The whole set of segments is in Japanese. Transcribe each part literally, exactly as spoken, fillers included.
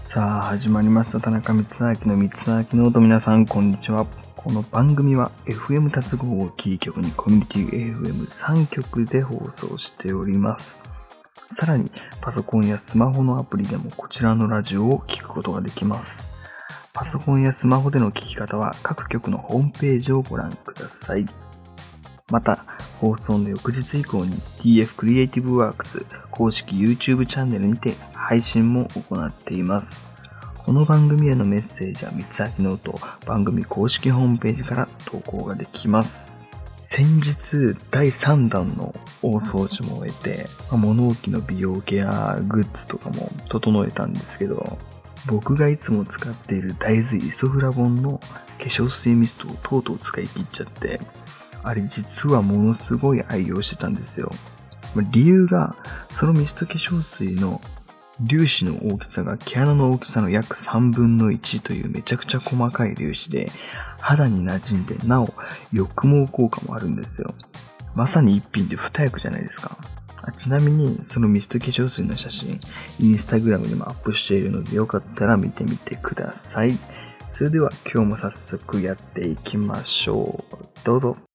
さあ始まりました田中光明の光明ノート。皆さんこんにちは。この番組は エフエム 達合をキー局にコミュニティ エフエムさん 局で放送しております。さらにパソコンやスマホのアプリでもこちらのラジオを聞くことができます。パソコンやスマホでの聞き方は各局のホームページをご覧ください。また放送の翌日以降に ティーエフ クリエイティブワークス公式 YouTube チャンネルにて配信も行っています。この番組へのメッセージは光明ノート番組公式ホームページから投稿ができます。先日だいさんだんの大掃除も終えて、物置の美容ケアグッズとかも整えたんですけど、僕がいつも使っている大豆イソフラボンの化粧水ミストをとうとう使い切っちゃって、あれ実はものすごい愛用してたんですよ。理由が、そのミスト化粧水の粒子の大きさが毛穴の大きさの約さんぶんのいちというめちゃくちゃ細かい粒子で、肌に馴染んでなお抑毛効果もあるんですよ。まさに一品で二役じゃないですか。ちなみにそのミスト化粧水の写真、インスタグラムにもアップしているのでよかったら見てみてください。それでは今日も早速やっていきましょう。どうぞ。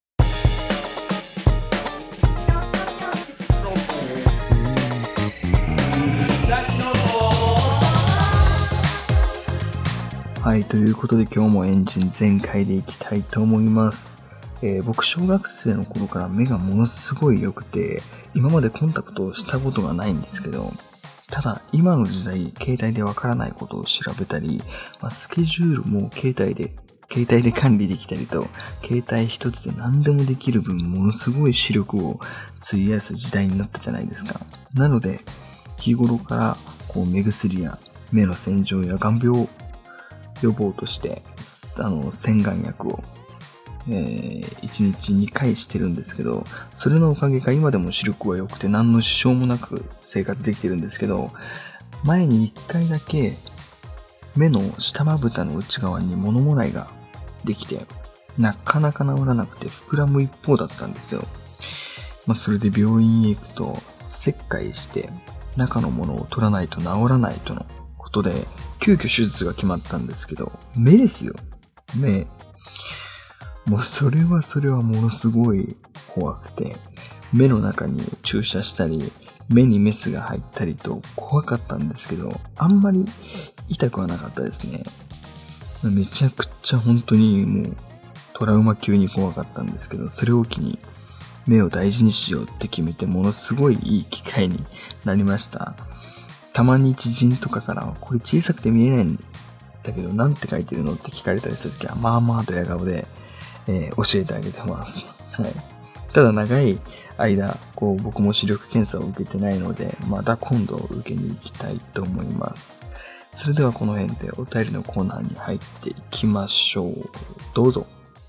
はい、ということで今日もエンジン全開でいきたいと思います。えー、僕小学生の頃から目がものすごい良くて、今までコンタクトをしたことがないんですけど、ただ今の時代携帯でわからないことを調べたり、まあ、スケジュールも携帯で携帯で管理できたりと、携帯一つで何でもできる分ものすごい視力を費やす時代になったじゃないですか。なので日頃からこう目薬や目の洗浄や眼病予防としてあの洗顔薬を、えー、いちにちにかいしてるんですけど、それのおかげか今でも視力は良くて何の支障もなく生活できてるんですけど、前にいっかいだけ目の下まぶたの内側に物もらいができて、なかなか治らなくて膨らむ一方だったんですよ。まあ、それで病院へ行くと切開して中のものを取らないと治らないとのことで急遽手術が決まったんですけど、目ですよ。目。もうそれはそれはものすごい怖くて、目の中に注射したり、目にメスが入ったりと怖かったんですけど、あんまり痛くはなかったですね。めちゃくちゃ本当にもうトラウマ級に怖かったんですけど、それを機に目を大事にしようって決めて、ものすごいいい機会になりました。たまに知人とかからこれ小さくて見えないんだけどなんて書いてるのって聞かれたりしたときは、まあまあドヤ顔で、えー、教えてあげてます。はい。ただ長い間こう僕も視力検査を受けてないので、また今度受けに行きたいと思います。それではこの辺でお便りのコーナーに入っていきましょう。どうぞ。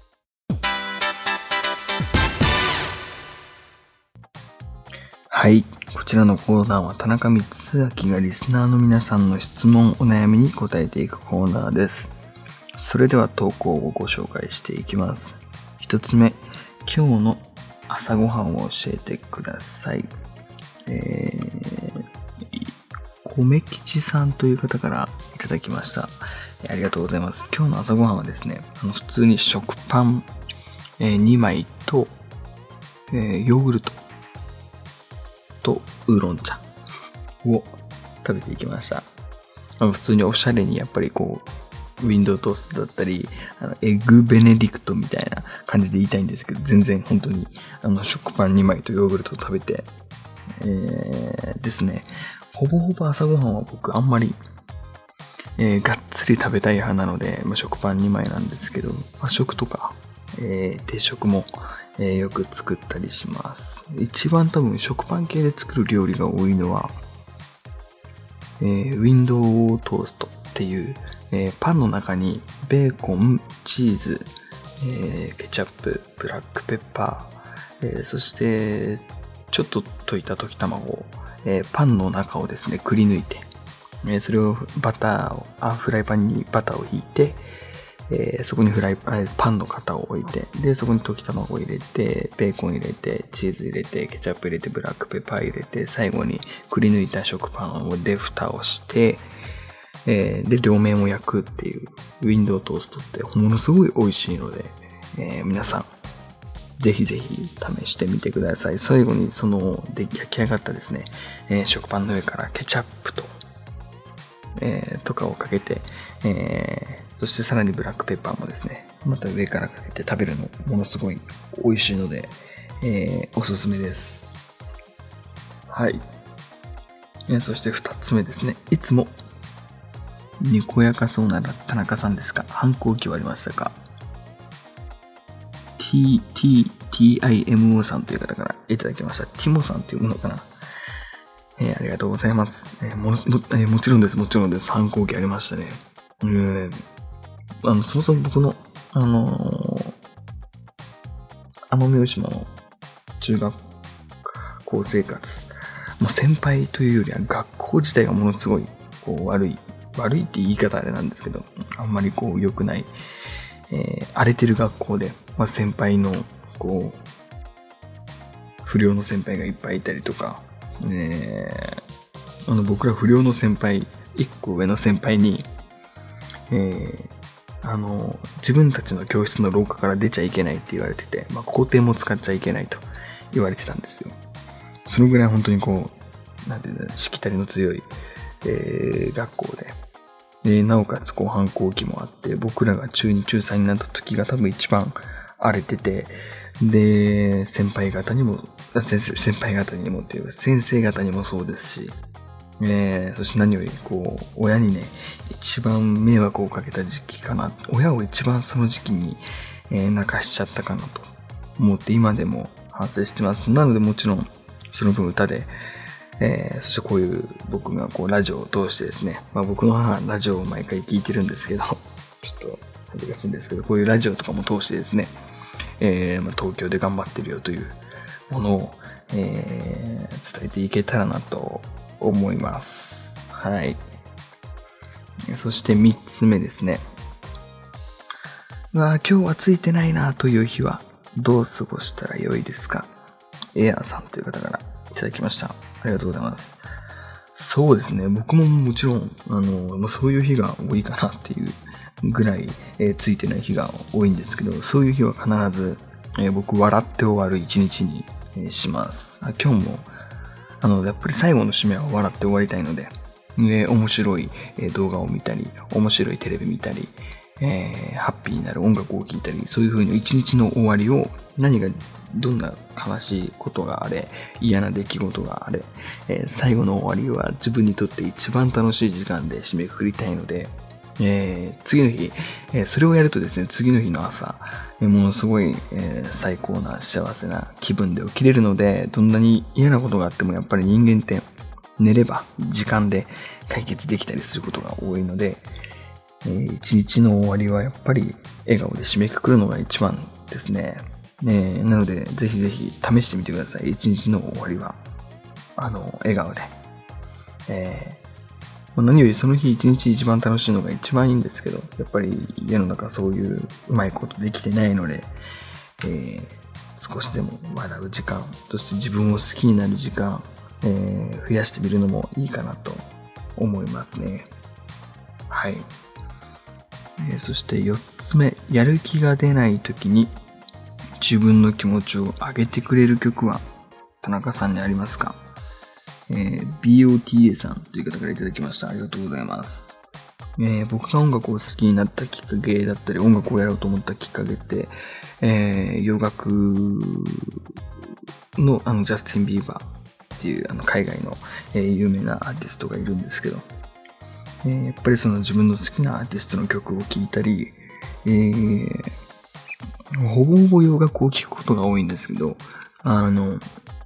はい。こちらのコーナーは田中光明がリスナーの皆さんの質問、お悩みに答えていくコーナーです。それでは投稿をご紹介していきます。一つ目、今日の朝ごはんを教えてください。えー、米吉さんという方からいただきました。ありがとうございます。今日の朝ごはんはですね、あの普通に食パン、えー、にまいと、えー、ヨーグルトとウーロン茶を食べていきました。あの普通におしゃれにやっぱりこうウィンドウトーストだったり、あのエッグベネディクトみたいな感じで言いたいんですけど、全然本当にあの食パンにまいとヨーグルトを食べて、えー、ですね。ほぼほぼ朝ごはんは僕あんまり、えー、がっつり食べたい派なので、まあ、食パンにまいなんですけど、和食とか、えー、定食もえー、よく作ったりします。一番多分食パン系で作る料理が多いのは、えー、ウィンドウトーストっていう、えー、パンの中にベーコン、チーズ、えー、ケチャップ、ブラックペッパー、えー、そしてちょっと溶いた溶き卵を、えー、パンの中をですねくり抜いて、えー、それをバターをあフライパンにバターを引いて、えー、そこにフライパンの型を置いて、でそこに溶き卵を入れて、ベーコン入れて、チーズ入れて、ケチャップ入れて、ブラックペッパー入れて、最後にくり抜いた食パンで蓋をして、 えー、で、両面を焼くっていうウィンドウトーストってものすごい美味しいので、えー、皆さん、ぜひぜひ試してみてください。最後にそので焼き上がったですね、えー、食パンの上からケチャップと、えー、とかをかけて、えー、そしてさらにブラックペッパーもですね、また上からかけて食べるのものすごい美味しいので、えー、おすすめです。はい。えー、そして二つ目ですね。いつもにこやかそうな田中さんですか？反抗期はありましたか？ T、T、ティーアイエムオー さんという方からいただきました。ティモさんというものかな。えー、ありがとうございます。えー、も, も, えー、もちろんです、もちろんです。反抗期ありましたね。えー、あの、そもそも僕の、あのー、奄美大島の中学校生活、まあ、先輩というよりは学校自体がものすごいこう悪い、悪いって言い方あれなんですけど、あんまりこう良くない、えー、荒れてる学校で、まあ、先輩のこう不良の先輩がいっぱいいたりとか、ね、あの僕ら不良の先輩いっこ上の先輩に、えー、あの自分たちの教室の廊下から出ちゃいけないって言われてて、まあ、校庭も使っちゃいけないと言われてたんですよ。そのぐらい本当にこうなんていうの、しきたりの強い、えー、学校で、えー、なおかつこう反抗期もあって、僕らが中に中さんになった時が多分一番荒れてて、で先輩方にも先生先輩方にもっていうか先生方にもそうですし、えー、そして何よりこう親にね一番迷惑をかけた時期かな、親を一番その時期に、えー、泣かしちゃったかなと思って今でも反省してます。なのでもちろんその分歌で、えー、そしてこういう僕がこうラジオを通してですね、まあ、僕の母はラジオを毎回聞いてるんですけど、ちょっと恥ずかしいんですけど、こういうラジオとかも通してですね、えーまあ、東京で頑張ってるよというものを、えー、伝えていけたらなと思います。はい。そしてみっつめですね。わあ、今日はついてないなという日はどう過ごしたらよいですか？エアーさんという方からいただきました。ありがとうございます。そうですね。僕ももちろん、あの、まあ、そういう日が多いかなっていうぐらい、えー、ついてない日が多いんですけど、そういう日は必ず、えー、僕笑って終わる一日に、えー、します。あ、今日も、あの、やっぱり最後の締めは笑って終わりたいので、で面白い動画を見たり、面白いテレビ見たり、えー、ハッピーになる音楽を聴いたり、そういう風に一日の終わりを何がどんな悲しいことがあれ、嫌な出来事があれ、えー、最後の終わりは自分にとって一番楽しい時間で締めくくりたいので、えー、次の日、えー、それをやるとですね、次の日の朝、えー、ものすごい、えー、最高な幸せな気分で起きれるので、どんなに嫌なことがあってもやっぱり人間って寝れば時間で解決できたりすることが多いので、えー、一日の終わりはやっぱり笑顔で締めくくるのが一番ですね。えー、なのでぜひぜひ試してみてください。一日の終わりはあの笑顔で、えー、何よりその日一日一番楽しいのが一番いいんですけど、やっぱり世の中そういううまいことできてないので、えー、少しでも笑う時間、そして自分を好きになる時間、えー、増やしてみるのもいいかなと思いますね。はい。えー、そしてよっつめ、やる気が出ないときに自分の気持ちを上げてくれる曲は田中さんにありますか？えー、ビーオーティーエー さんという方からいただきました。ありがとうございます。えー、僕が音楽を好きになったきっかけだったり、音楽をやろうと思ったきっかけって、えー、洋楽のあのジャスティン・ビーバーっていうあの海外の、えー、有名なアーティストがいるんですけど、えー、やっぱりその自分の好きなアーティストの曲を聴いたり、えー、ほぼほぼ洋楽を聴くことが多いんですけど、あの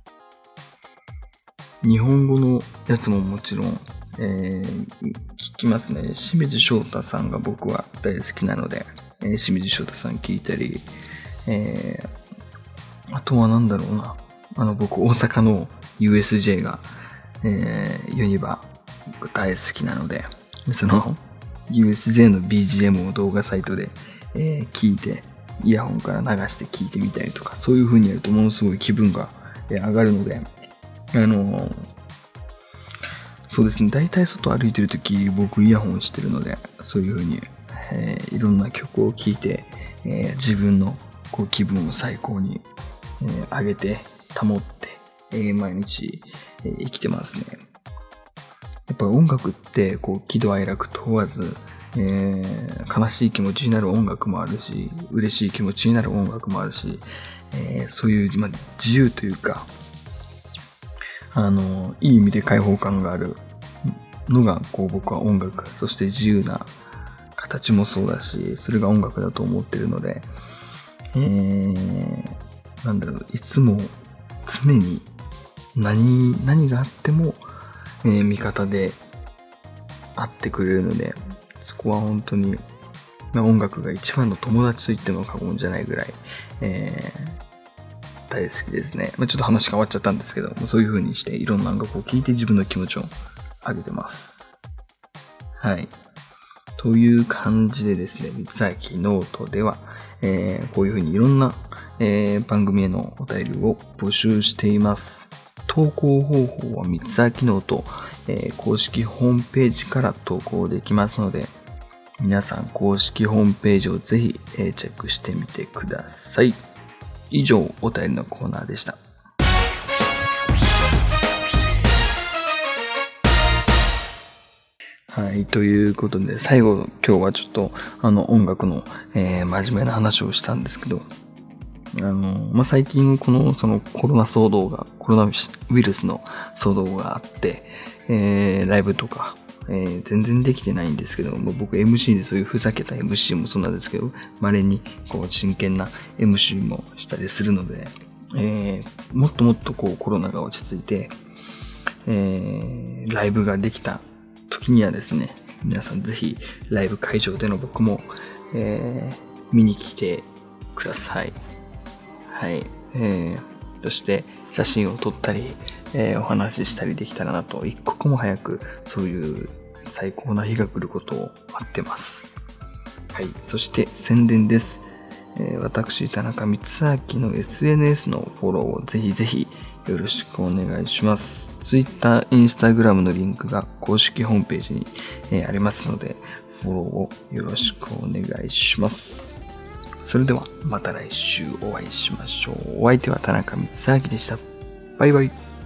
日本語のやつももちろん、えー、聞きますね。清水翔太さんが僕は大好きなので、えー、清水翔太さん聞いたり、えー、あとはなんだろうな、あの僕大阪の ユーエスジェー が、えー、ユニバ大好きなので、その ユーエスジェー の ビージーエム を動画サイトで、えー、聞いて、イヤホンから流して聞いてみたりとか、そういう風にやるとものすごい気分が上がるので、あのー、 そうですね。大体外歩いてるとき、僕イヤホンしてるので、そういう風に、えー、いろんな曲を聴いて、えー、自分のこう気分を最高に、えー、上げて、保って、えー、毎日、えー、生きてますね。やっぱ音楽って、こう、喜怒哀楽問わず、えー、悲しい気持ちになる音楽もあるし、嬉しい気持ちになる音楽もあるし、えー、そういう、まあ、自由というか、あの、いい意味で開放感があるのが、こう僕は音楽、そして自由な形もそうだし、それが音楽だと思ってるので、えー、なんだろう、いつも常に何、何があっても、えー、味方であってくれるので、そこは本当に、音楽が一番の友達と言っても過言じゃないぐらい、えー大好きですね。まあ、ちょっと話変わっちゃったんですけど、そういう風にしていろんな音楽を聴いて自分の気持ちを上げてます。はい。という感じでですね、三つ秋ノートでは、えー、こういう風にいろんな、えー、番組へのお便りを募集しています。投稿方法は三つ秋ノート、えー、公式ホームページから投稿できますので、皆さん公式ホームページをぜひ、えー、チェックしてみてください。以上、お便りのコーナーでした。はい、ということで、最後、今日はちょっと、あの、音楽の、えー、真面目な話をしたんですけど、あの、まあ、最近、この、その、コロナ騒動が、コロナウイルスの騒動があって、えー、ライブとか、えー、全然できてないんですけど、もう僕 エムシー でそういうふざけた エムシー もそうなんですけど、稀にこう真剣な エムシー もしたりするので、えー、もっともっとこうコロナが落ち着いて、えー、ライブができた時にはですね、皆さんぜひライブ会場での僕も、えー、見に来てください。はい。えー、そして写真を撮ったり、えー、お話ししたりできたらなと、一刻も早くそういう最高な日が来ることを待ってます。はい。そして宣伝です。えー、私、田中光明の エスエヌエス のフォローをぜひぜひよろしくお願いします。Twitter、Instagram のリンクが公式ホームページに、えー、ありますので、フォローをよろしくお願いします。それではまた来週お会いしましょう。お相手は田中光明でした。バイバイ。